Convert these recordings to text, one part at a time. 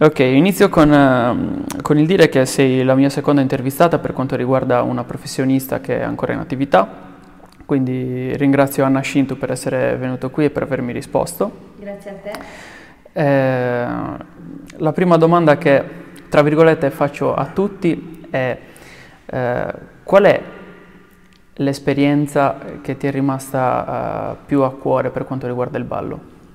Ok, inizio con il dire che sei la mia seconda intervistata per quanto riguarda una professionista che è ancora in attività, quindi ringrazio Anna Scintu per essere venuto qui e per avermi risposto. Grazie a te. La prima domanda che, tra virgolette, faccio a tutti è qual è l'esperienza che ti è rimasta più a cuore per quanto riguarda il ballo?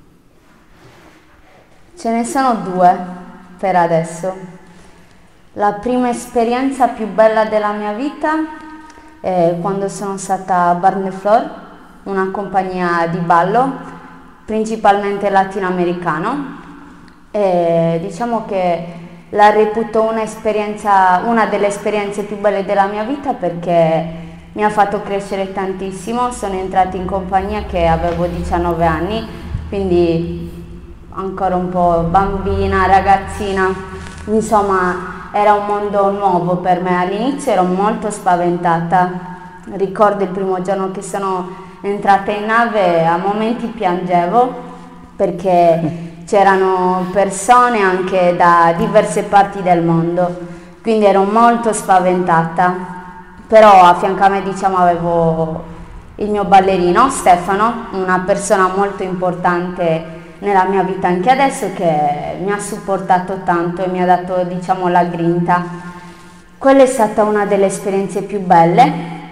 Ce ne sono due per adesso. La prima esperienza più bella della mia vita è quando sono stata a Bar de Flor, una compagnia di ballo, principalmente latinoamericano. E diciamo che la reputo una delle esperienze più belle della mia vita perché mi ha fatto crescere tantissimo. Sono entrata in compagnia che avevo 19 anni, quindi ancora un po' bambina, ragazzina, insomma era un mondo nuovo per me. All'inizio ero molto spaventata, ricordo il primo giorno che sono entrata in nave, a momenti piangevo perché c'erano persone anche da diverse parti del mondo, quindi ero molto spaventata, però a fianco a me avevo il mio ballerino Stefano, una persona molto importante nella mia vita anche adesso, che mi ha supportato tanto e mi ha dato la grinta. Quella è stata una delle esperienze più belle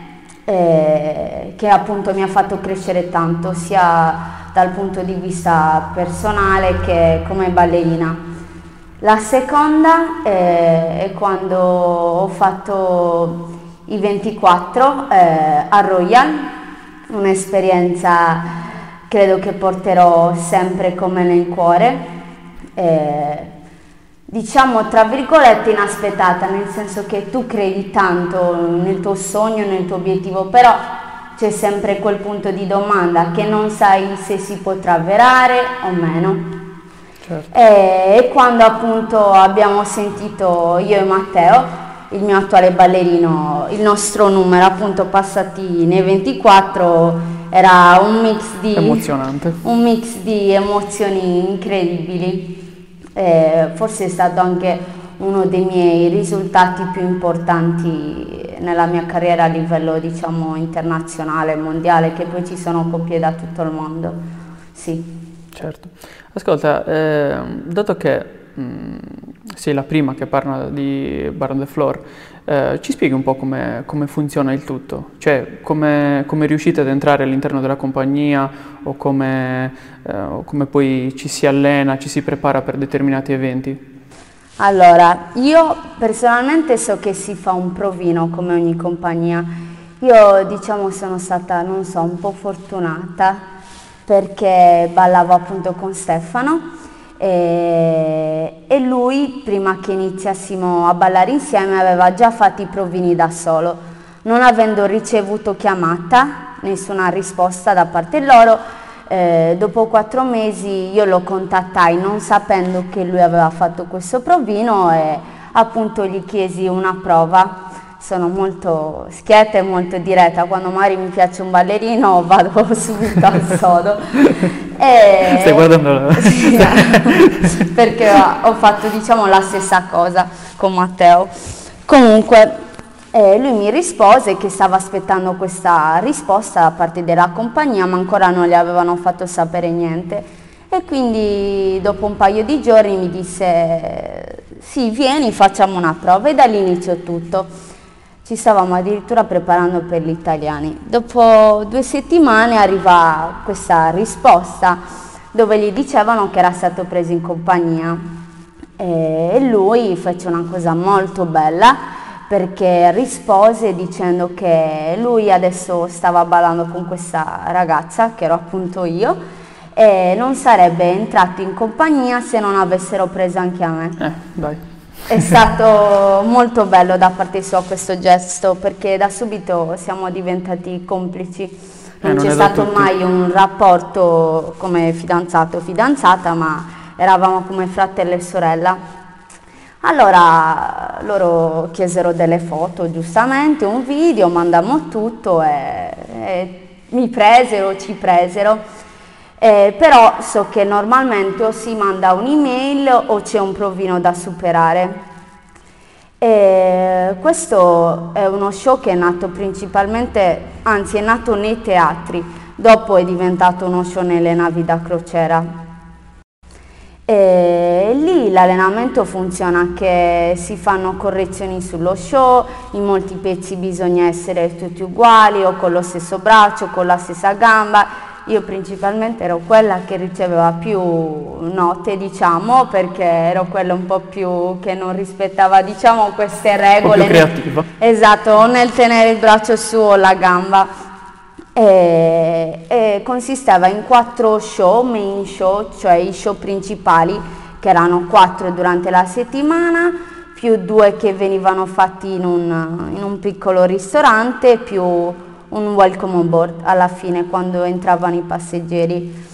che appunto mi ha fatto crescere tanto sia dal punto di vista personale che come ballerina. La seconda è quando ho fatto i 24 a Royal, un'esperienza credo che porterò sempre con me nel cuore, tra virgolette inaspettata, nel senso che tu credi tanto nel tuo sogno, nel tuo obiettivo, però c'è sempre quel punto di domanda che non sai se si potrà avverare o meno. Certo. E quando appunto abbiamo sentito io e Matteo, il mio attuale ballerino, il nostro numero appunto passati nei 24, era un mix di emozioni incredibili. Forse è stato anche uno dei miei risultati più importanti nella mia carriera a livello internazionale, mondiale, che poi ci sono coppie da tutto il mondo. Sì. Certo. Ascolta, dato che sei la prima che parla di Bar de Flor, ci spieghi un po' come funziona il tutto? Cioè, come riuscite ad entrare all'interno della compagnia o come poi ci si allena, ci si prepara per determinati eventi? Allora, io personalmente so che si fa un provino come ogni compagnia. Io sono stata, un po' fortunata perché ballavo appunto con Stefano e lui, prima che iniziassimo a ballare insieme, aveva già fatto i provini da solo. Non avendo ricevuto chiamata, nessuna risposta da parte loro, dopo 4 mesi io lo contattai non sapendo che lui aveva fatto questo provino e appunto gli chiesi una prova. Sono molto schietta e molto diretta, quando magari mi piace un ballerino vado subito al sodo. Stai guardando? Sì, perché ho fatto la stessa cosa con Matteo. Comunque lui mi rispose che stava aspettando questa risposta da parte della compagnia, ma ancora non gli avevano fatto sapere niente. E quindi dopo un paio di giorni mi disse sì, vieni, facciamo una prova, e da lì iniziò tutto. Ci stavamo addirittura preparando per gli italiani. Dopo 2 settimane arriva questa risposta dove gli dicevano che era stato preso in compagnia e lui fece una cosa molto bella perché rispose dicendo che lui adesso stava ballando con questa ragazza, che ero appunto io, e non sarebbe entrato in compagnia se non avessero preso anche a me. Dai. È stato molto bello da parte sua questo gesto, perché da subito siamo diventati complici. Non c'è stato mai un rapporto come fidanzato o fidanzata, ma eravamo come fratello e sorella. Allora loro chiesero delle foto, giustamente, un video, mandammo tutto e ci presero. Però so che normalmente o si manda un'email o c'è un provino da superare. Questo è uno show che è nato principalmente, anzi è nato nei teatri, dopo è diventato uno show nelle navi da crociera. Lì l'allenamento funziona che si fanno correzioni sullo show, in molti pezzi bisogna essere tutti uguali o con lo stesso braccio, con la stessa gamba. Io principalmente ero quella che riceveva più note, diciamo, perché ero quella un po' più che non rispettava, diciamo, queste regole. Un po' più creativa. Esatto, o nel tenere il braccio su o la gamba. E consisteva in 4 show, main show, cioè i show principali, che erano 4 durante la settimana, più 2 che venivano fatti in un piccolo ristorante, più un welcome on board alla fine quando entravano i passeggeri.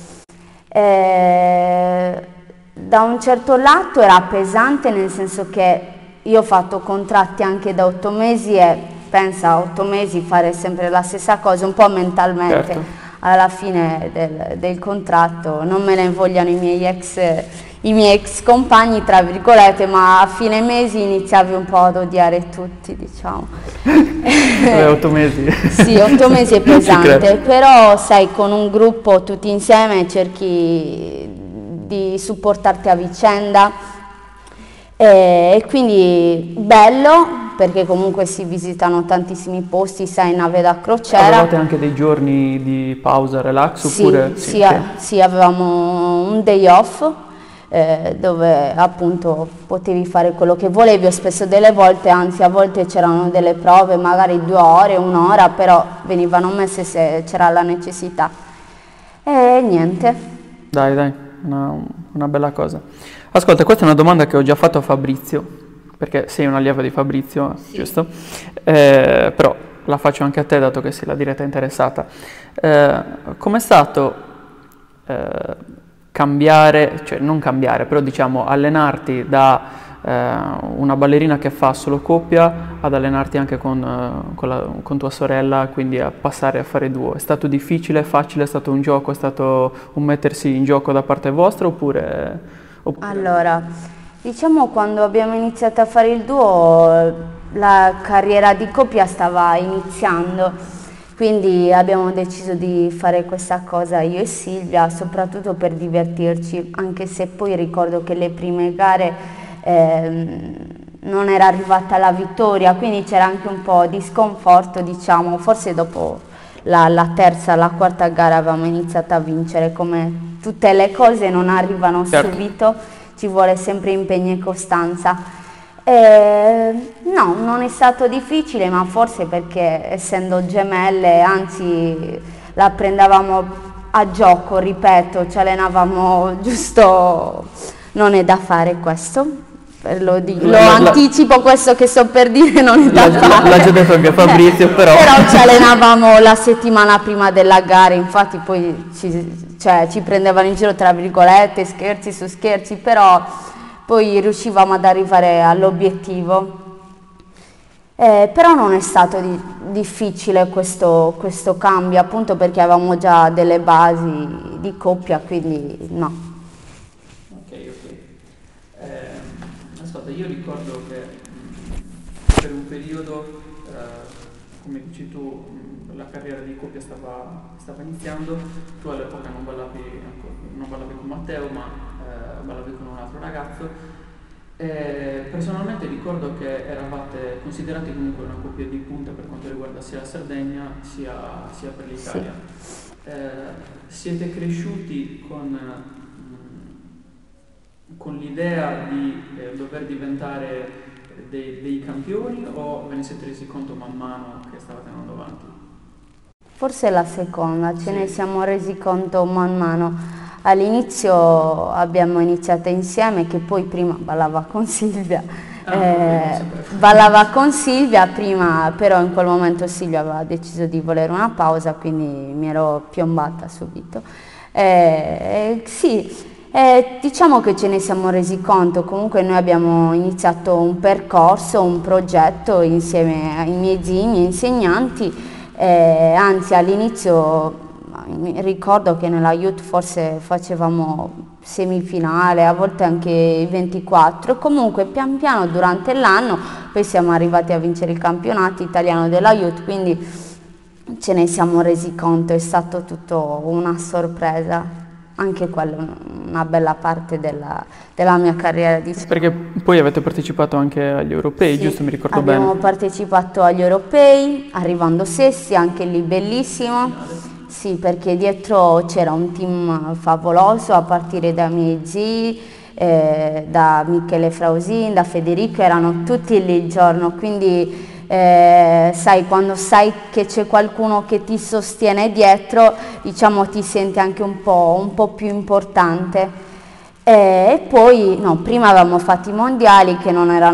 Da un certo lato era pesante, nel senso che io ho fatto contratti anche da 8 mesi e pensa a 8 mesi fare sempre la stessa cosa, un po' mentalmente. Certo. Alla fine del contratto non me ne invogliano i miei ex compagni, tra virgolette, ma a fine mesi iniziavi un po' ad odiare tutti, diciamo. 8 mesi. Sì, 8 mesi è pesante, però sai, con un gruppo tutti insieme cerchi di supportarti a vicenda e quindi bello, perché comunque si visitano tantissimi posti, sai, in nave da crociera. Avevate anche dei giorni di pausa, relax, Sì, oppure? sì, avevamo un day off dove appunto potevi fare quello che volevi, o spesso delle volte, anzi a volte c'erano delle prove, magari 2 ore, 1 ora, però venivano messe se c'era la necessità. E niente. Dai, una bella cosa. Ascolta, questa è una domanda che ho già fatto a Fabrizio, perché sei un'allieva di Fabrizio, Sì. giusto? Però la faccio anche a te, dato che sei la diretta interessata. Com'è stato cambiare, cioè non cambiare, però diciamo allenarti da una ballerina che fa solo coppia ad allenarti anche con tua sorella, quindi a passare a fare duo? È stato difficile, facile, è stato un gioco, è stato un mettersi in gioco da parte vostra oppure... Allora, diciamo quando abbiamo iniziato a fare il duo la carriera di coppia stava iniziando, quindi abbiamo deciso di fare questa cosa io e Silvia, soprattutto per divertirci, anche se poi ricordo che le prime gare non era arrivata la vittoria, quindi c'era anche un po' di sconforto, diciamo, forse dopo la terza, la quarta gara avevamo iniziato a vincere. Come tutte le cose non arrivano subito, ci vuole sempre impegno e costanza. No, non è stato difficile, ma forse perché essendo gemelle, anzi la prendevamo a gioco, ripeto, ci allenavamo giusto, non è da fare questo. Lo anticipo, questo che sto per dire non è da fare. L'ha già detto anche Fabrizio, però ci allenavamo la settimana prima della gara, infatti poi ci prendevano in giro, tra virgolette, scherzi su scherzi, però poi riuscivamo ad arrivare all'obiettivo. Però non è stato difficile questo cambio, appunto perché avevamo già delle basi di coppia, quindi no. Ascolta, io ricordo che per un periodo, come dici tu, la carriera di coppia stava iniziando, tu all'epoca non ballavi con Matteo, ma ballavi con un altro ragazzo. Personalmente ricordo che eravate considerati comunque una coppia di punta per quanto riguarda sia la Sardegna sia per l'Italia. Sì. Siete cresciuti con l'idea di dover diventare dei campioni, o ve ne siete resi conto man mano che stavate andando avanti? Forse la seconda, ce ne siamo resi conto man mano. All'inizio abbiamo iniziato insieme, che poi prima ballava con Silvia. Ballava con Silvia prima, però in quel momento Silvia aveva deciso di volere una pausa, quindi mi ero piombata subito. Sì. Diciamo che ce ne siamo resi conto. Comunque noi abbiamo iniziato un percorso, un progetto insieme ai miei zii, ai miei insegnanti, anzi all'inizio ricordo che nella Youth forse facevamo semifinale, a volte anche i 24, comunque pian piano durante l'anno poi siamo arrivati a vincere il campionato italiano della Youth, quindi ce ne siamo resi conto, è stato tutto una sorpresa. Anche quella è una bella parte della mia carriera di sport. Perché poi avete partecipato anche agli europei, Sì, giusto? Mi ricordo bene. abbiamo partecipato agli europei, arrivando sesti, anche lì bellissimo. Sì, perché dietro c'era un team favoloso, a partire dai miei zii, da Michele Frausin, da Federico, erano tutti lì il giorno, quindi sai, quando sai che c'è qualcuno che ti sostiene dietro, diciamo ti senti anche un po' più importante. E poi, no, prima avevamo fatto i mondiali che non erano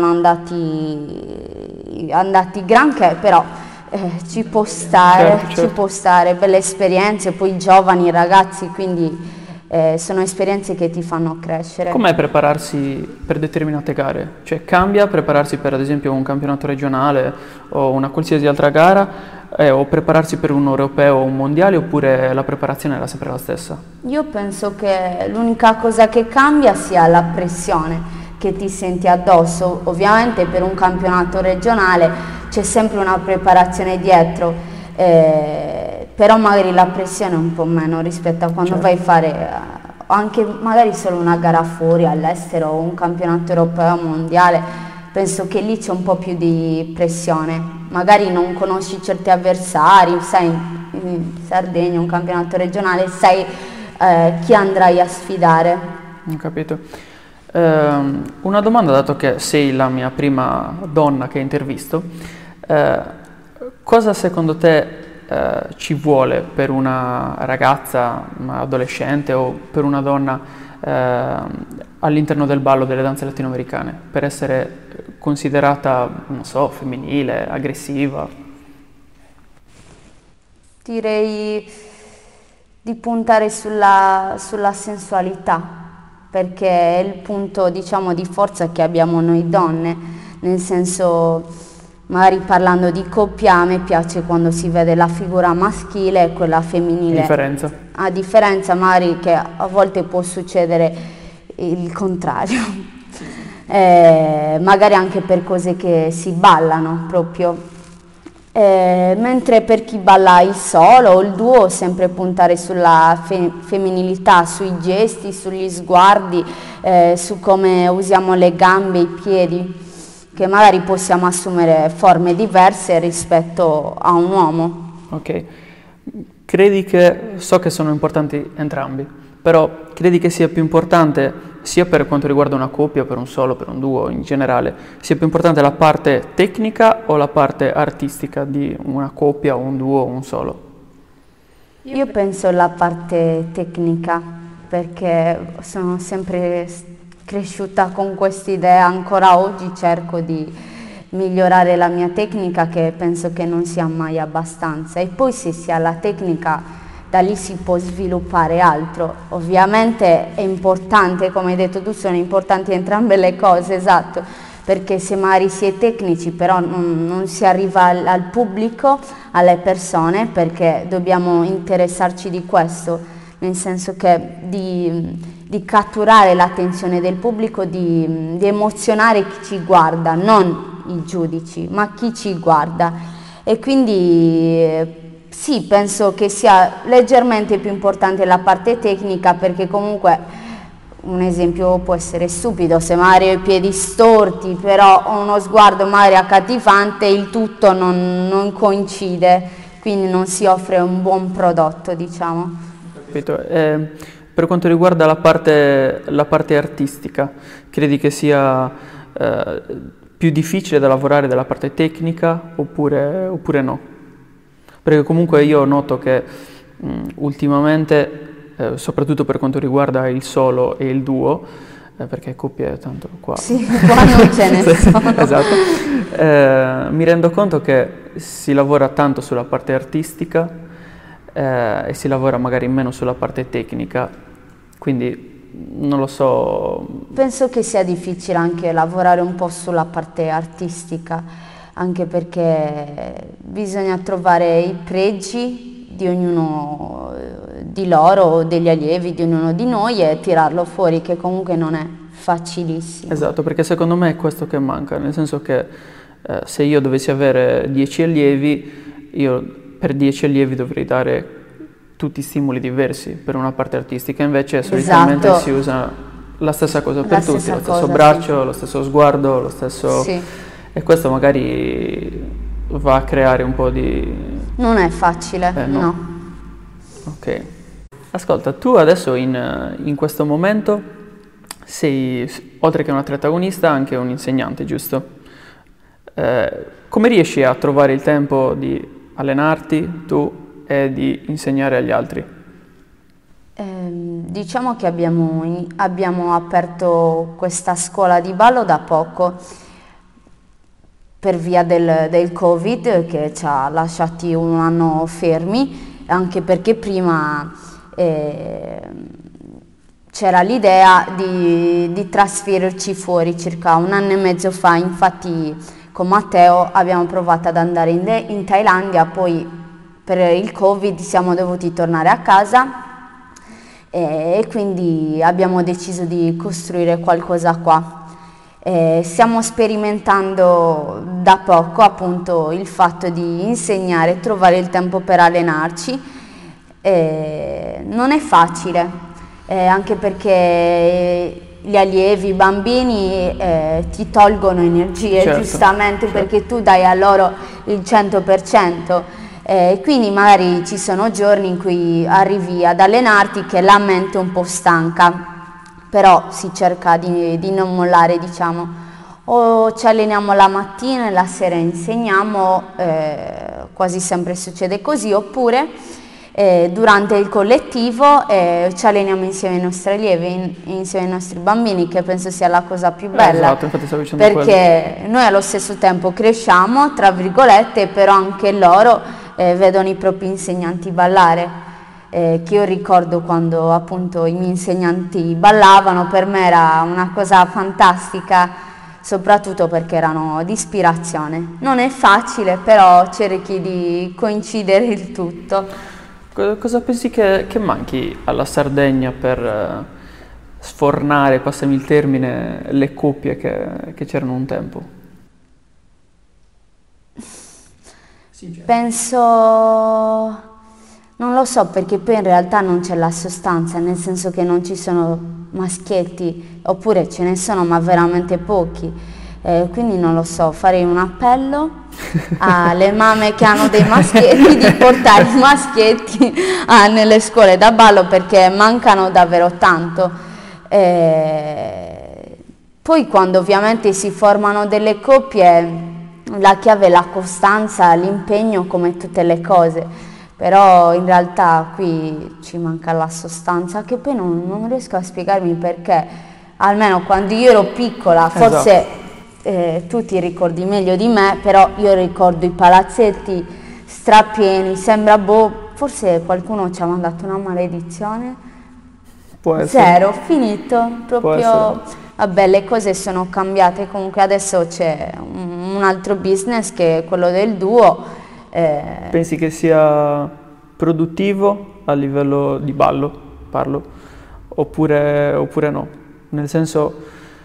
andati granché, però ci può stare, Certo. ci può stare, belle esperienze, poi giovani ragazzi, quindi sono esperienze che ti fanno crescere. Com'è prepararsi per determinate gare? Cioè cambia prepararsi per ad esempio un campionato regionale o una qualsiasi altra gara o prepararsi per un europeo o un mondiale, oppure la preparazione era sempre la stessa? Io penso che l'unica cosa che cambia sia la pressione che ti senti addosso. Ovviamente per un campionato regionale c'è sempre una preparazione dietro, però magari la pressione è un po' meno rispetto a quando vai a fare anche magari solo una gara fuori all'estero o un campionato europeo mondiale. Penso che lì c'è un po' più di pressione, magari non conosci certi avversari, sai, in Sardegna un campionato regionale, sai chi andrai a sfidare. Ho capito. Una domanda, dato che sei la mia prima donna che intervisto, cosa secondo te ci vuole per una ragazza, una adolescente o per una donna all'interno del ballo delle danze latinoamericane per essere considerata, non so, femminile, aggressiva? Direi di puntare sulla sensualità, perché è il punto, diciamo, di forza che abbiamo noi donne, nel senso, magari parlando di coppia, a me piace quando si vede la figura maschile e quella femminile. Differenza? A differenza magari che a volte può succedere il contrario, magari anche per cose che si ballano proprio. Mentre per chi balla il solo o il duo, sempre puntare sulla femminilità, sui gesti, sugli sguardi, su come usiamo le gambe, i piedi, che magari possiamo assumere forme diverse rispetto a un uomo. Ok. Credi che, so che sono importanti entrambi, però credi che sia più importante, sia per quanto riguarda una coppia, per un solo, per un duo in generale, sia più importante la parte tecnica o la parte artistica di una coppia, un duo o un solo? Io penso la parte tecnica, perché sono sempre cresciuta con quest'idea, ancora oggi cerco di migliorare la mia tecnica, che penso che non sia mai abbastanza, e poi se si ha la tecnica da lì si può sviluppare altro. Ovviamente è importante, come hai detto tu, sono importanti entrambe le cose, esatto, perché se magari si è tecnici però non si arriva al pubblico, alle persone, perché dobbiamo interessarci di questo, nel senso che di catturare l'attenzione del pubblico, di emozionare chi ci guarda, non i giudici, ma chi ci guarda. E quindi sì, penso che sia leggermente più importante la parte tecnica, perché comunque un esempio può essere stupido, se magari ho i piedi storti però ho uno sguardo magari accattivante, il tutto non coincide, quindi non si offre un buon prodotto, diciamo. Capito. Per quanto riguarda la parte artistica, credi che sia più difficile da lavorare della parte tecnica oppure no? Perché comunque io noto che ultimamente, soprattutto per quanto riguarda il solo e il duo, perché coppie tanto qua... Sì, qua non ce ne sono. Esatto. Mi rendo conto che si lavora tanto sulla parte artistica e si lavora magari meno sulla parte tecnica, quindi non lo so. Penso che sia difficile anche lavorare un po' sulla parte artistica, anche perché bisogna trovare i pregi di ognuno di loro o degli allievi di ognuno di noi e tirarlo fuori, che comunque non è facilissimo. Esatto, perché secondo me è questo che manca, nel senso che se io dovessi avere 10 allievi, io per 10 allievi dovrei dare tutti stimoli diversi per una parte artistica, invece solitamente si usa la stessa cosa per tutti, lo stesso braccio, lo stesso sguardo, lo stesso... E questo magari va a creare un po' di... Non è facile, no. Ok. Ascolta, tu adesso in questo momento sei, oltre che un atleta agonista, anche un insegnante, giusto? Come riesci a trovare il tempo di allenarti tu e di insegnare agli altri? Diciamo che abbiamo aperto questa scuola di ballo da poco per via del Covid, che ci ha lasciati un anno fermi, anche perché prima c'era l'idea di trasferirci fuori circa un anno e mezzo fa. Infatti con Matteo abbiamo provato ad andare in Thailandia, poi per il Covid siamo dovuti tornare a casa e quindi abbiamo deciso di costruire qualcosa qua. Stiamo sperimentando da poco appunto il fatto di insegnare, trovare il tempo per allenarci. Non è facile, anche perché gli allievi, i bambini ti tolgono energie, certo, giustamente, certo, perché tu dai a loro il 100%. Quindi magari ci sono giorni in cui arrivi ad allenarti che la mente è un po' stanca, però si cerca di non mollare, diciamo. O ci alleniamo la mattina e la sera insegniamo, quasi sempre succede così, oppure durante il collettivo ci alleniamo insieme ai nostri allievi, insieme ai nostri bambini, che penso sia la cosa più bella, esatto, infatti stavo dicendo perché noi allo stesso tempo cresciamo, tra virgolette, però anche loro vedono i propri insegnanti ballare. Che io ricordo quando appunto i miei insegnanti ballavano, per me era una cosa fantastica, soprattutto perché erano di ispirazione. Non è facile, però cerchi di coincidere il tutto. Cosa pensi che manchi alla Sardegna per sfornare, passami il termine, le coppie che c'erano un tempo? Penso... non lo so, perché poi in realtà non c'è la sostanza, nel senso che non ci sono maschietti, oppure ce ne sono ma veramente pochi, quindi non lo so, farei un appello alle mamme che hanno dei maschietti di portare i maschietti nelle scuole da ballo, perché mancano davvero tanto. Poi quando ovviamente si formano delle coppie, la chiave è la costanza, l'impegno, come tutte le cose. Però in realtà qui ci manca la sostanza, che poi non riesco a spiegarmi perché, almeno quando io ero piccola, forse tu ti ricordi meglio di me, però io ricordo i palazzetti strapieni, sembra forse qualcuno ci ha mandato una maledizione. Può essere. Zero, finito, proprio, vabbè, le cose sono cambiate, comunque adesso c'è un altro business che è quello del duo. Pensi che sia produttivo a livello di ballo, parlo, oppure no? Nel senso,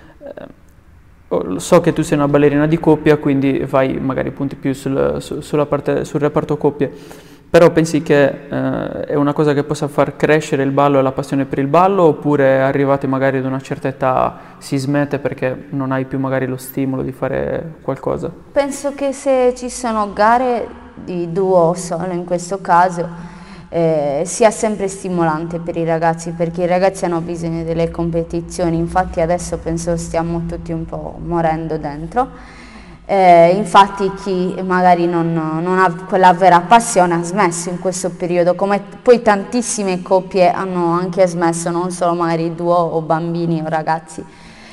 so che tu sei una ballerina di coppia, quindi magari punti più sul reparto coppie, però pensi che è una cosa che possa far crescere il ballo e la passione per il ballo, oppure arrivati magari ad una certa età si smette perché non hai più magari lo stimolo di fare qualcosa? Penso che se ci sono gare di duo solo in questo caso sia sempre stimolante per i ragazzi, perché i ragazzi hanno bisogno delle competizioni. Infatti adesso penso stiamo tutti un po' morendo dentro, infatti chi magari non ha quella vera passione ha smesso in questo periodo, come poi tantissime coppie hanno anche smesso, non solo magari duo o bambini o ragazzi.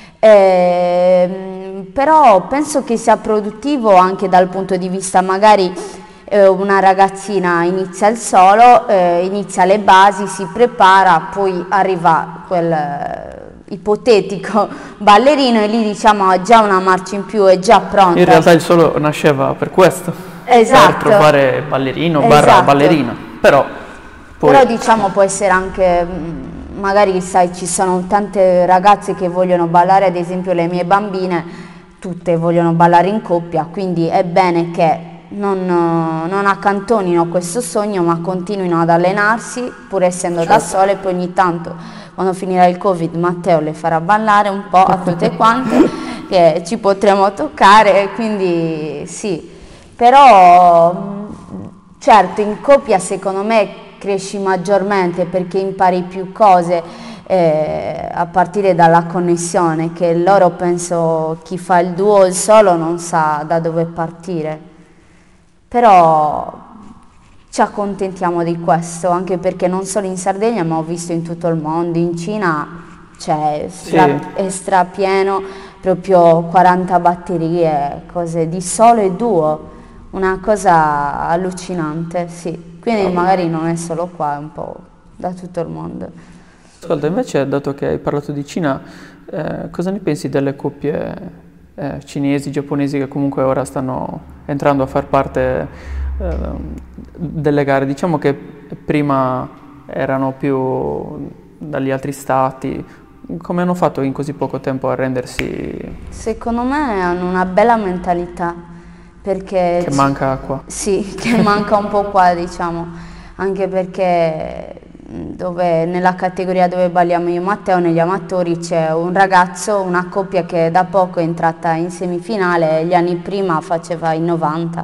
Però penso che sia produttivo anche dal punto di vista, magari una ragazzina inizia il solo, inizia le basi, si prepara, poi arriva quel ipotetico ballerino e lì diciamo ha già una marcia in più, è già pronta. In realtà il solo nasceva per questo, esatto, per trovare ballerino esatto, / ballerina, però Poi, Però diciamo può essere anche, magari sai, ci sono tante ragazze che vogliono ballare, ad esempio le mie bambine, tutte vogliono ballare in coppia, quindi è bene che non accantonino questo sogno, ma continuino ad allenarsi, pur essendo da certo. sole, poi ogni tanto, quando finirà il Covid, Matteo le farà ballare un po' a tutte quante, che ci potremo toccare, quindi sì. Però certo in coppia secondo me cresci maggiormente perché impari più cose a partire dalla connessione, che loro, penso, chi fa il duo o il solo non sa da dove partire. Però ci accontentiamo di questo, anche perché non solo in Sardegna ma ho visto in tutto il mondo, in Cina Sì, è strapieno, proprio 40 batterie, cose di solo e duo, una cosa allucinante, sì. Quindi cavolo. magari non è solo qua, è un po' da tutto il mondo. Ascolta, invece, dato che hai parlato di Cina, cosa ne pensi delle coppie cinesi, giapponesi che comunque ora stanno entrando a far parte delle gare? Diciamo che prima erano più dagli altri stati. Come hanno fatto in così poco tempo a rendersi Secondo me hanno una bella mentalità, perché che manca acqua? sì, che manca un po' qua, diciamo, anche perché nella categoria dove balliamo io e Matteo, negli amatori, c'è un ragazzo, una coppia che da poco è entrata in semifinale, gli anni prima faceva i 90.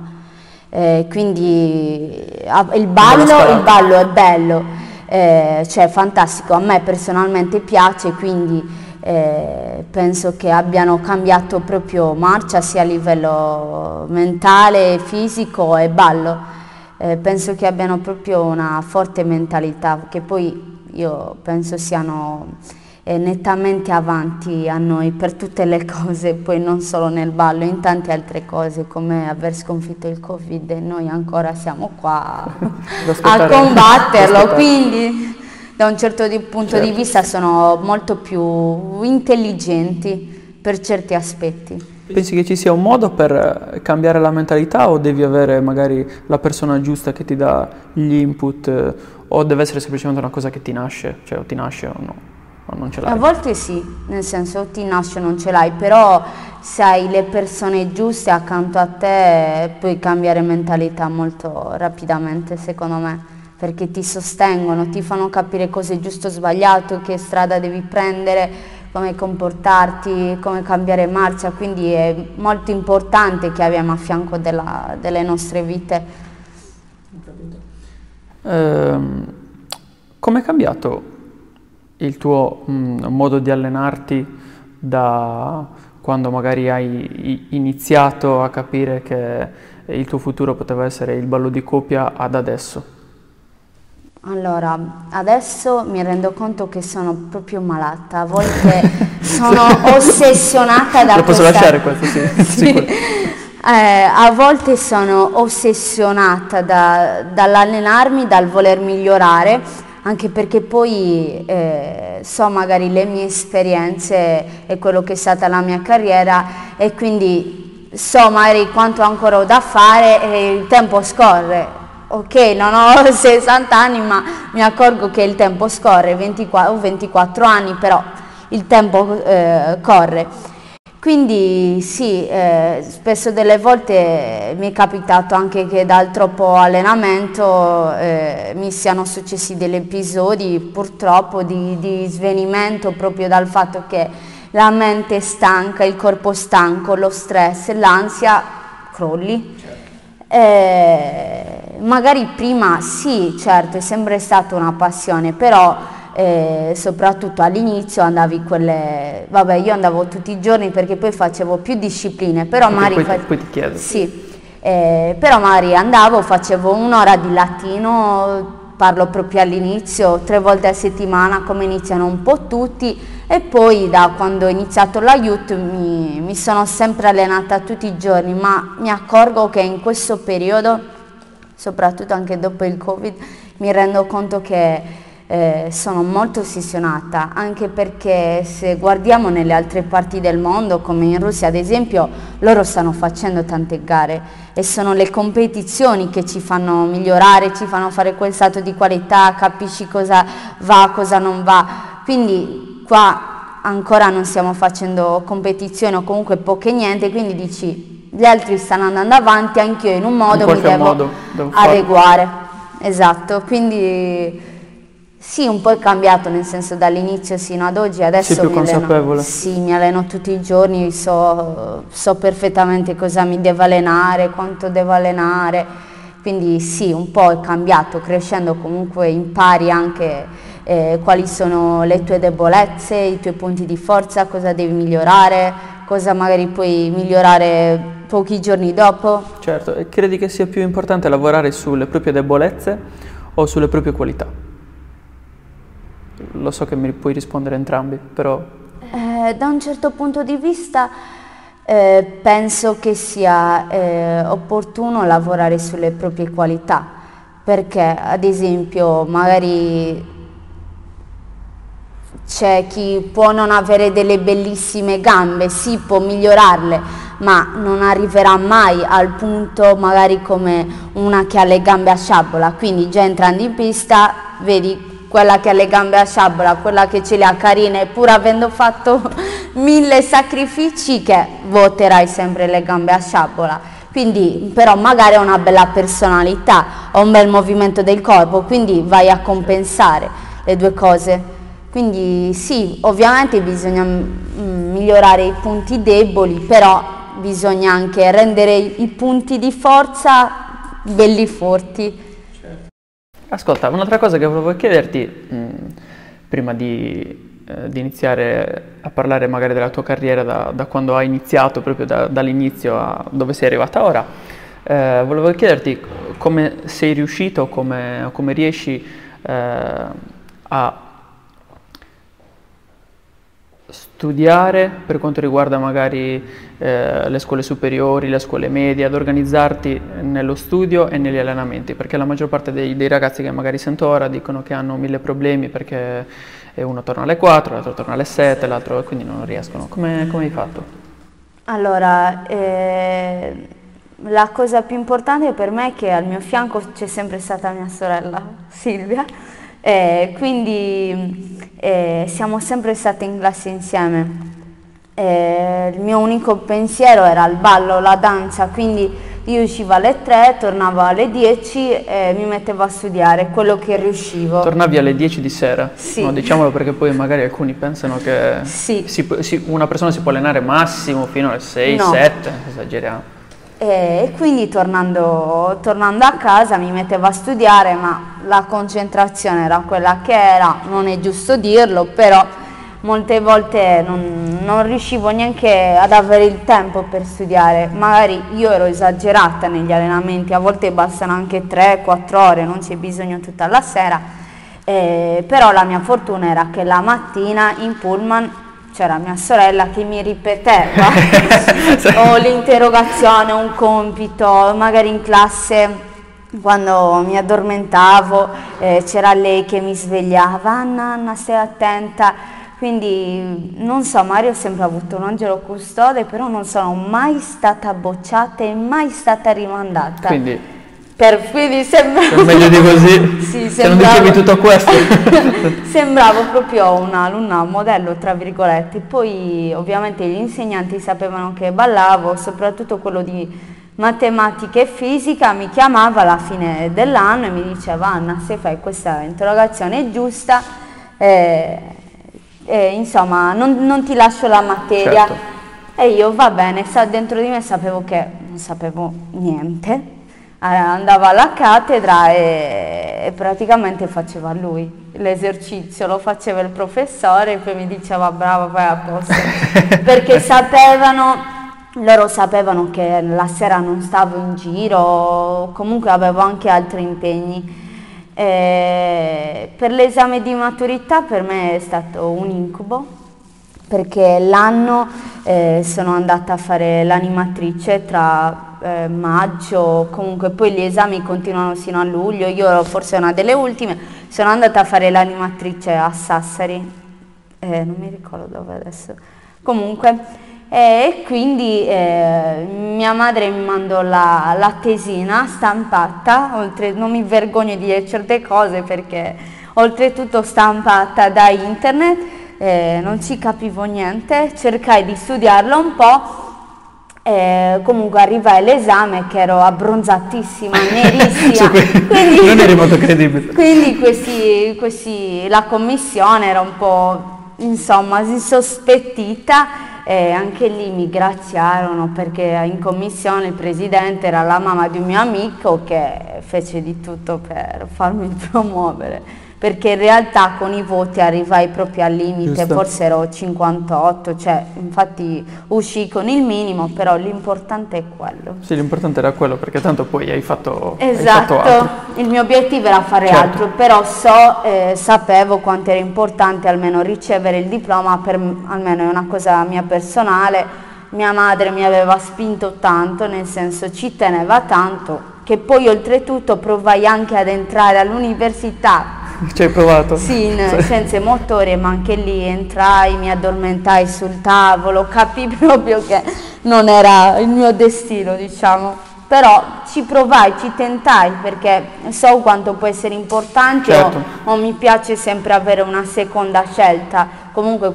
Quindi Bella il scalata. ballo è bello, cioè fantastico, a me personalmente piace, quindi penso che abbiano cambiato proprio marcia sia a livello mentale, fisico e ballo. Penso che abbiano proprio una forte mentalità, che poi io penso siano nettamente avanti a noi per tutte le cose, poi non solo nel ballo, in tante altre cose, come aver sconfitto il Covid e noi ancora siamo qua Da a aspettare, da combatterlo, aspettare. quindi da un certo punto di Certo. vista sono molto più intelligenti per certi aspetti. Pensi che ci sia un modo per cambiare la mentalità o devi avere magari la persona giusta che ti dà gli input o deve essere semplicemente una cosa che ti nasce, cioè o ti nasce o no, o non ce A l'hai? volte sì, nel senso ti nasce o non ce l'hai, però se hai le persone giuste accanto a te puoi cambiare mentalità molto rapidamente, secondo me, perché ti sostengono, ti fanno capire cosa è giusto o sbagliato, che strada devi prendere, come comportarti, come cambiare marcia, quindi è molto importante che abbiamo a fianco delle nostre vite. Ehm, Com'è cambiato il tuo modo di allenarti da quando magari hai iniziato a capire che il tuo futuro poteva essere il ballo di coppia ad adesso? Allora, adesso mi rendo conto che sono proprio malata, a volte sono ossessionata da Lo posso questa... lasciare questo, sì, Sì. sicuro. A volte sono ossessionata dall'allenarmi, dal voler migliorare, anche perché poi so magari le mie esperienze e quello che è stata la mia carriera e quindi so magari quanto ancora ho da fare e il tempo scorre. Ok, non ho 60 anni, ma mi accorgo che il tempo scorre, ho 24 anni, però il tempo corre. Quindi sì, spesso delle volte mi è capitato anche che dal troppo allenamento mi siano successi degli episodi purtroppo di svenimento proprio dal fatto che la mente è stanca, il corpo è stanco, lo stress, l'ansia crolli. Magari prima sì, certo, è sempre stata una passione, però soprattutto all'inizio andavi vabbè, io andavo tutti i giorni perché poi facevo più discipline, però Ok, magari poi ti chiedo. sì, però magari andavo, facevo un'ora di latino, parlo proprio all'inizio, 3 volte a settimana come iniziano un po' tutti e poi da quando ho iniziato l'aiuto mi sono sempre allenata tutti i giorni, ma mi accorgo che in questo periodo, soprattutto anche dopo il Covid, mi rendo conto che sono molto ossessionata, anche perché se guardiamo nelle altre parti del mondo, come in Russia ad esempio, loro stanno facendo tante gare e sono le competizioni che ci fanno migliorare, ci fanno fare quel salto di qualità, capisci cosa va, cosa non va. Quindi qua ancora non stiamo facendo competizioni o comunque poche niente, quindi dici gli altri stanno andando avanti, anch'io in un modo mi devo adeguare. Esatto, quindi sì, un po' è cambiato, nel senso dall'inizio sino ad oggi, adesso sei più consapevole. Sì, mi alleno tutti i giorni, so perfettamente cosa mi devo allenare, quanto devo allenare, quindi sì, un po' è cambiato, crescendo comunque impari anche quali sono le tue debolezze, i tuoi punti di forza, cosa devi migliorare, cosa magari puoi migliorare pochi giorni dopo. Certo, e credi che sia più importante lavorare sulle proprie debolezze o sulle proprie qualità? Lo so che mi puoi rispondere entrambi, però... Da un certo punto di vista penso che sia opportuno lavorare sulle proprie qualità, perché ad esempio magari c'è chi può non avere delle bellissime gambe, sì, può migliorarle, ma non arriverà mai al punto magari come una che ha le gambe a sciabola, quindi già entrando in pista vedi quella che ha le gambe a sciabola, quella che ce le ha carine, pur avendo fatto 1000 sacrifici, che voterai sempre le gambe a sciabola. Quindi però magari ha una bella personalità, ha un bel movimento del corpo, quindi vai a compensare le due cose. Quindi sì, ovviamente bisogna migliorare i punti deboli, però bisogna anche rendere i punti di forza belli forti. Ascolta, un'altra cosa che volevo chiederti, prima di iniziare a parlare magari della tua carriera, da quando hai iniziato, proprio dall'inizio a dove sei arrivata ora, volevo chiederti come sei riuscito, come riesci a studiare per quanto riguarda magari le scuole superiori, le scuole medie, ad organizzarti nello studio e negli allenamenti, perché la maggior parte dei ragazzi che magari sento ora dicono che hanno 1000 problemi perché uno torna alle 4, l'altro torna alle 7, l'altro quindi non riescono. Come hai fatto? Allora, la cosa più importante per me è che al mio fianco c'è sempre stata mia sorella Silvia, quindi siamo sempre state in classe insieme. Il mio unico pensiero era il ballo, la danza, quindi io uscivo alle 3, tornavo alle 10 e mi mettevo a studiare quello che riuscivo. Tornavi alle 10 di sera? Sì. No, diciamolo perché poi magari alcuni pensano che sì. Una persona si può allenare massimo fino alle 6, no. 7, esageriamo. E quindi tornando a casa mi mettevo a studiare, ma la concentrazione era quella che era, non è giusto dirlo, però molte volte non riuscivo neanche ad avere il tempo per studiare, magari io ero esagerata negli allenamenti, a volte bastano anche 3-4 ore, non c'è bisogno tutta la sera, però la mia fortuna era che la mattina in pullman c'era mia sorella che mi ripeteva o l'interrogazione, un compito, magari in classe quando mi addormentavo c'era lei che mi svegliava, Anna stai attenta, quindi non so, Mario ho sempre avuto un angelo custode, però non sono mai stata bocciata e mai stata rimandata. Quindi sembravo... meglio di così, sì, se non dicevi tutto questo. Sembravo proprio un'alunna modello, tra virgolette. Poi ovviamente gli insegnanti sapevano che ballavo, soprattutto quello di matematica e fisica, mi chiamava alla fine dell'anno e mi diceva Anna, se fai questa interrogazione è giusta, insomma non ti lascio la materia. Certo. E io va bene, dentro di me sapevo che non sapevo niente. Andava alla cattedra e praticamente faceva lui l'esercizio, lo faceva il professore e poi mi diceva brava, vai a posto, perché loro sapevano che la sera non stavo in giro, comunque avevo anche altri impegni. Per l'esame di maturità per me è stato un incubo, perché l'anno sono andata a fare l'animatrice tra maggio, comunque poi gli esami continuano sino a luglio, io ero forse una delle ultime, sono andata a fare l'animatrice a Sassari, non mi ricordo dove adesso, comunque, e quindi mia madre mi mandò la tesina stampata, non mi vergogno di dire certe cose perché oltretutto stampata da internet, non ci capivo niente, cercai di studiarla un po'. Comunque arrivai all'esame che ero abbronzatissima, nerissima, quindi, non eri molto credibile. Quindi la commissione era un po', insomma, insospettita, e anche lì mi graziarono perché in commissione il presidente era la mamma di un mio amico che fece di tutto per farmi promuovere. Perché in realtà con i voti arrivai proprio al limite, Giusto. forse ero 58, cioè infatti uscii con il minimo, però l'importante è quello. Sì, l'importante era quello, perché tanto poi hai fatto Esatto, altro. il mio obiettivo era fare Certo. altro, però sapevo quanto era importante almeno ricevere il diploma, almeno è una cosa mia personale. Mia madre mi aveva spinto tanto, nel senso ci teneva tanto, che poi oltretutto provai anche ad entrare all'università. Ci hai provato? Sì, in scienze motorie, ma anche lì entrai, mi addormentai sul tavolo, capii proprio che non era il mio destino, diciamo. Però ci provai, ci tentai, perché so quanto può essere importante, Certo. o mi piace sempre avere una seconda scelta. Comunque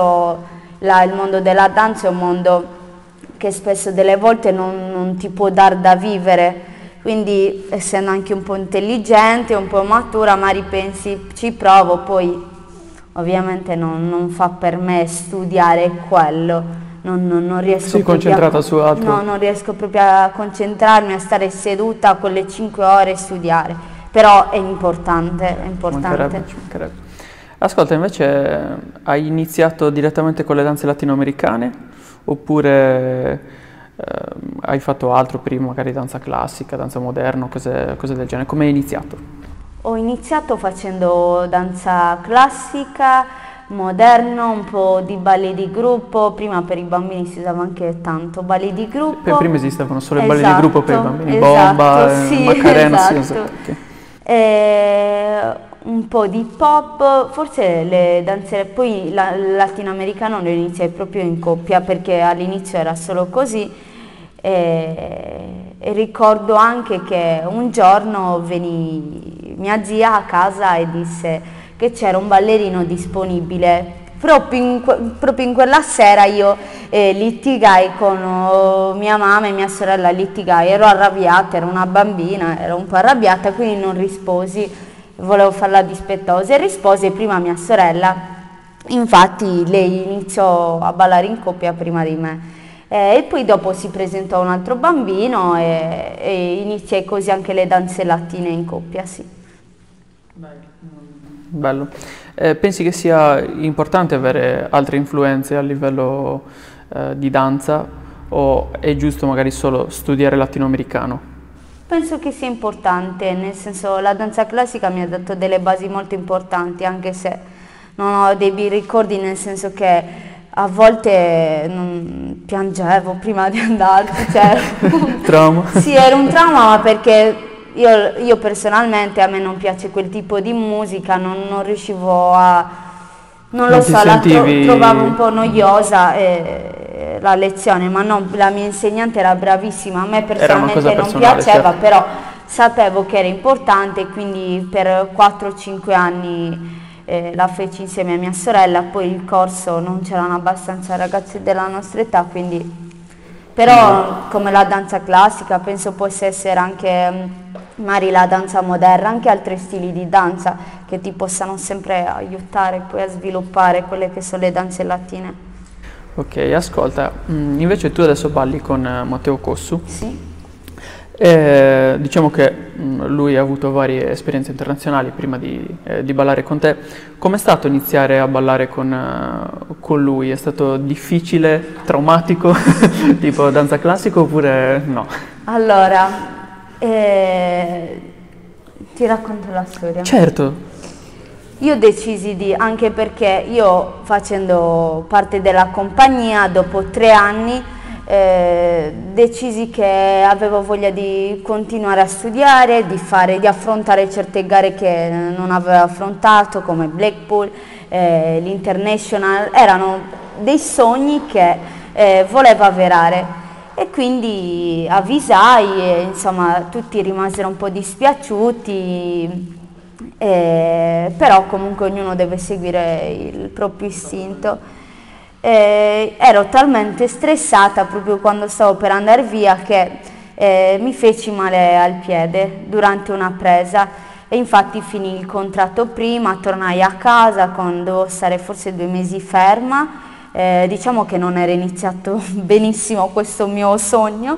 il mondo della danza è un mondo che spesso delle volte non ti può dar da vivere. Quindi essendo anche un po' intelligente, un po' matura, ma ripensi, ci provo, poi ovviamente non fa per me studiare quello, non riesco Sei concentrata su altro. No, non riesco proprio a concentrarmi, a stare seduta con le 5 ore e studiare, però è importante, è importante. Ci mancherebbe. Ascolta, invece hai iniziato direttamente con le danze latinoamericane oppure hai fatto altro prima, magari danza classica, danza moderna, cose del genere? Come hai iniziato? Ho iniziato facendo danza classica, moderno, un po' di balli di gruppo. Prima per i bambini si usava anche tanto balli di gruppo. Prima esistevano solo i balli di gruppo per i bambini, esatto, bomba, sì, Macarena, sì, esatto. ok. Un po' di pop, forse le danze, poi latinoamericano lo iniziai proprio in coppia perché all'inizio era solo così, e ricordo anche che un giorno venne mia zia a casa e disse che c'era un ballerino disponibile. Proprio in quella sera io litigai con mia mamma e mia sorella, ero arrabbiata, ero una bambina, ero un po' arrabbiata, quindi non risposi. Volevo farla dispettosa e rispose prima mia sorella, infatti lei iniziò a ballare in coppia prima di me, e poi dopo si presentò un altro bambino e iniziai così anche le danze latine in coppia, sì. Bello. Pensi che sia importante avere altre influenze a livello di danza o è giusto magari solo studiare latinoamericano? Penso che sia importante, nel senso la danza classica mi ha dato delle basi molto importanti, anche se non ho dei bei ricordi, nel senso che a volte piangevo prima di andarci, cioè, Trauma? Sì, era un trauma, ma perché io personalmente a me non piace quel tipo di musica, non riuscivo a... Non lo so, trovavo un po' noiosa la lezione, ma no, la mia insegnante era bravissima, a me personalmente non piaceva, certo. Però sapevo che era importante, quindi per 4-5 anni la feci insieme a mia sorella, poi il corso non c'erano abbastanza ragazzi della nostra età, quindi... Però come la danza classica penso possa essere anche magari la danza moderna, anche altri stili di danza che ti possano sempre aiutare poi a sviluppare quelle che sono le danze latine. Ok, ascolta, invece tu adesso balli con Matteo Cossu. Sì. Diciamo che lui ha avuto varie esperienze internazionali prima di ballare con te. Com'è stato iniziare a ballare con lui? È stato difficile, traumatico, tipo danza classica oppure no? Allora, ti racconto la storia. Certo. Io decisi anche perché io facendo parte della compagnia, dopo 3 anni decisi che avevo voglia di continuare a studiare, di affrontare certe gare che non avevo affrontato, come Blackpool, l'International. Erano dei sogni che volevo avverare. E quindi avvisai e insomma tutti rimasero un po' dispiaciuti, però comunque ognuno deve seguire il proprio istinto. Ero talmente stressata proprio quando stavo per andare via che mi feci male al piede durante una presa e infatti finì il contratto prima, tornai a casa dovevo stare forse 2 mesi ferma. Diciamo che non era iniziato benissimo questo mio sogno,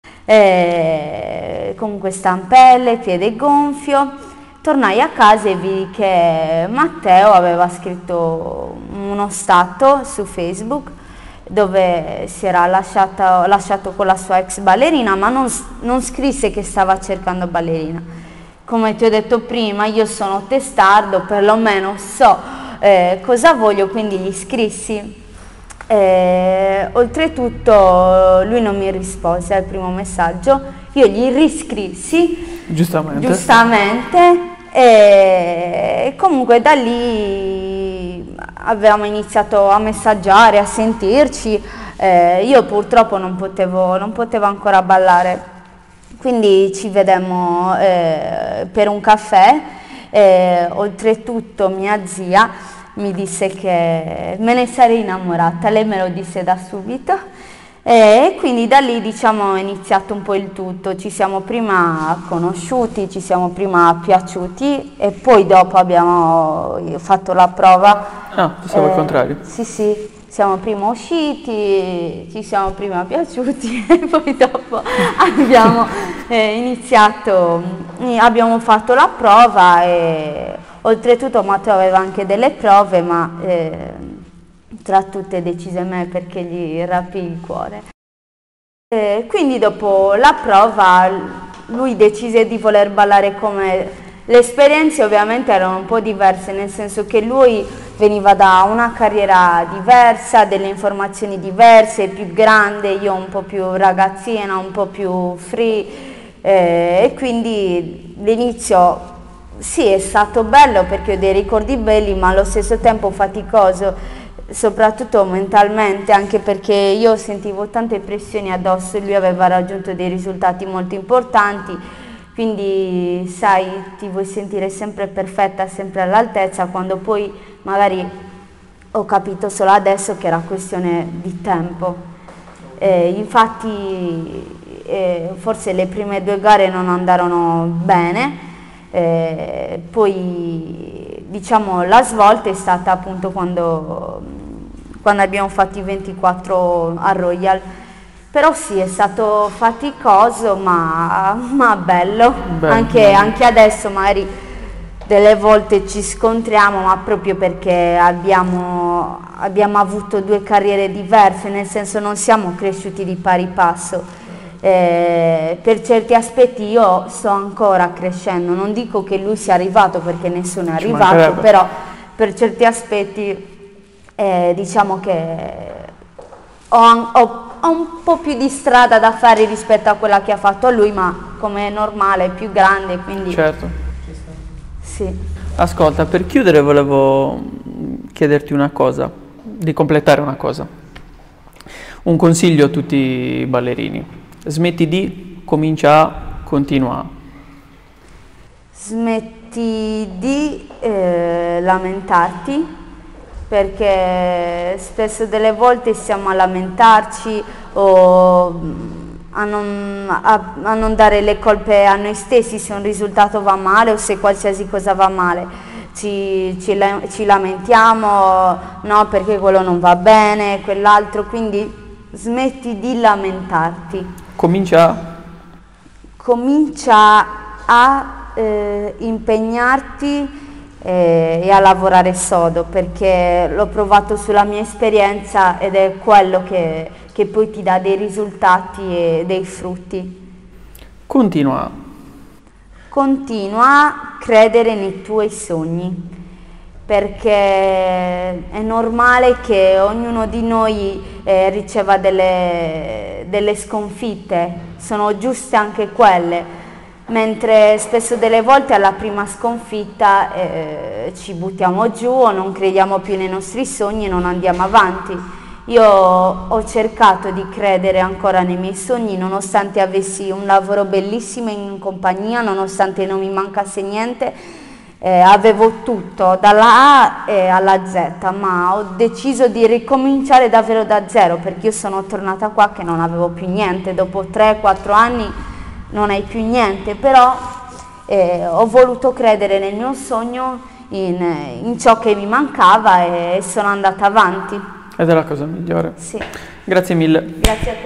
comunque stampelle, piede gonfio. Tornai a casa e vidi che Matteo aveva scritto uno stato su Facebook dove si era lasciato con la sua ex ballerina, ma non scrisse che stava cercando ballerina. Come ti ho detto prima, io sono testardo, perlomeno so cosa voglio, quindi gli scrissi. Oltretutto lui non mi rispose al primo messaggio, io gli riscrissi giustamente e comunque da lì avevamo iniziato a messaggiare, a sentirci. Io purtroppo non potevo ancora ballare, quindi ci vedemmo per un caffè. Oltretutto mia zia mi disse che me ne sarei innamorata, lei me lo disse da subito e quindi da lì diciamo è iniziato un po' il tutto. Ci siamo prima conosciuti, ci siamo prima piaciuti e poi dopo abbiamo fatto la prova. Ah, pensavo al contrario. Sì, siamo prima usciti, ci siamo prima piaciuti e poi dopo abbiamo abbiamo fatto la prova e oltretutto Matteo aveva anche delle prove, ma tra tutte decise me perché gli rapì il cuore. Quindi dopo la prova lui decise di voler ballare come... Le esperienze ovviamente erano un po' diverse, nel senso che lui veniva da una carriera diversa, delle informazioni diverse, più grande, io un po' più ragazzina, un po' più free, e quindi l'inizio sì è stato bello perché ho dei ricordi belli, ma allo stesso tempo faticoso, soprattutto mentalmente, anche perché io sentivo tante pressioni addosso e lui aveva raggiunto dei risultati molto importanti. Quindi sai, ti vuoi sentire sempre perfetta, sempre all'altezza, quando poi magari ho capito solo adesso che era questione di tempo. Infatti forse le prime 2 gare non andarono bene, poi diciamo la svolta è stata appunto quando abbiamo fatto i 24 a Royal. Però sì, è stato faticoso, ma bello. Anche adesso magari delle volte ci scontriamo, ma proprio perché abbiamo avuto 2 carriere diverse, nel senso non siamo cresciuti di pari passo. Per certi aspetti io sto ancora crescendo, non dico che lui sia arrivato perché nessuno è arrivato, però per certi aspetti diciamo che ho un po' più di strada da fare rispetto a quella che ha fatto lui, ma come è normale, è più grande, quindi... Certo. Sì. Ascolta, per chiudere volevo chiederti una cosa, di completare una cosa. Un consiglio a tutti i ballerini. Smetti di, comincia a, continua a. Smetti di lamentarti, perché spesso delle volte siamo a lamentarci o a non dare le colpe a noi stessi se un risultato va male o se qualsiasi cosa va male. Ci lamentiamo, no perché quello non va bene, quell'altro, quindi smetti di lamentarti. Comincia a impegnarti e a lavorare sodo, perché l'ho provato sulla mia esperienza ed è quello che poi ti dà dei risultati e dei frutti. Continua a credere nei tuoi sogni, perché è normale che ognuno di noi riceva delle sconfitte, sono giuste anche quelle. Mentre spesso delle volte alla prima sconfitta ci buttiamo giù o non crediamo più nei nostri sogni e non andiamo avanti. Io ho cercato di credere ancora nei miei sogni nonostante avessi un lavoro bellissimo in compagnia, nonostante non mi mancasse niente, avevo tutto dalla A alla Z, ma ho deciso di ricominciare davvero da zero, perché io sono tornata qua che non avevo più niente, dopo 3-4 anni non hai più niente, però ho voluto credere nel mio sogno, in ciò che mi mancava, e sono andata avanti. Ed è la cosa migliore. Sì. Grazie mille. Grazie a te.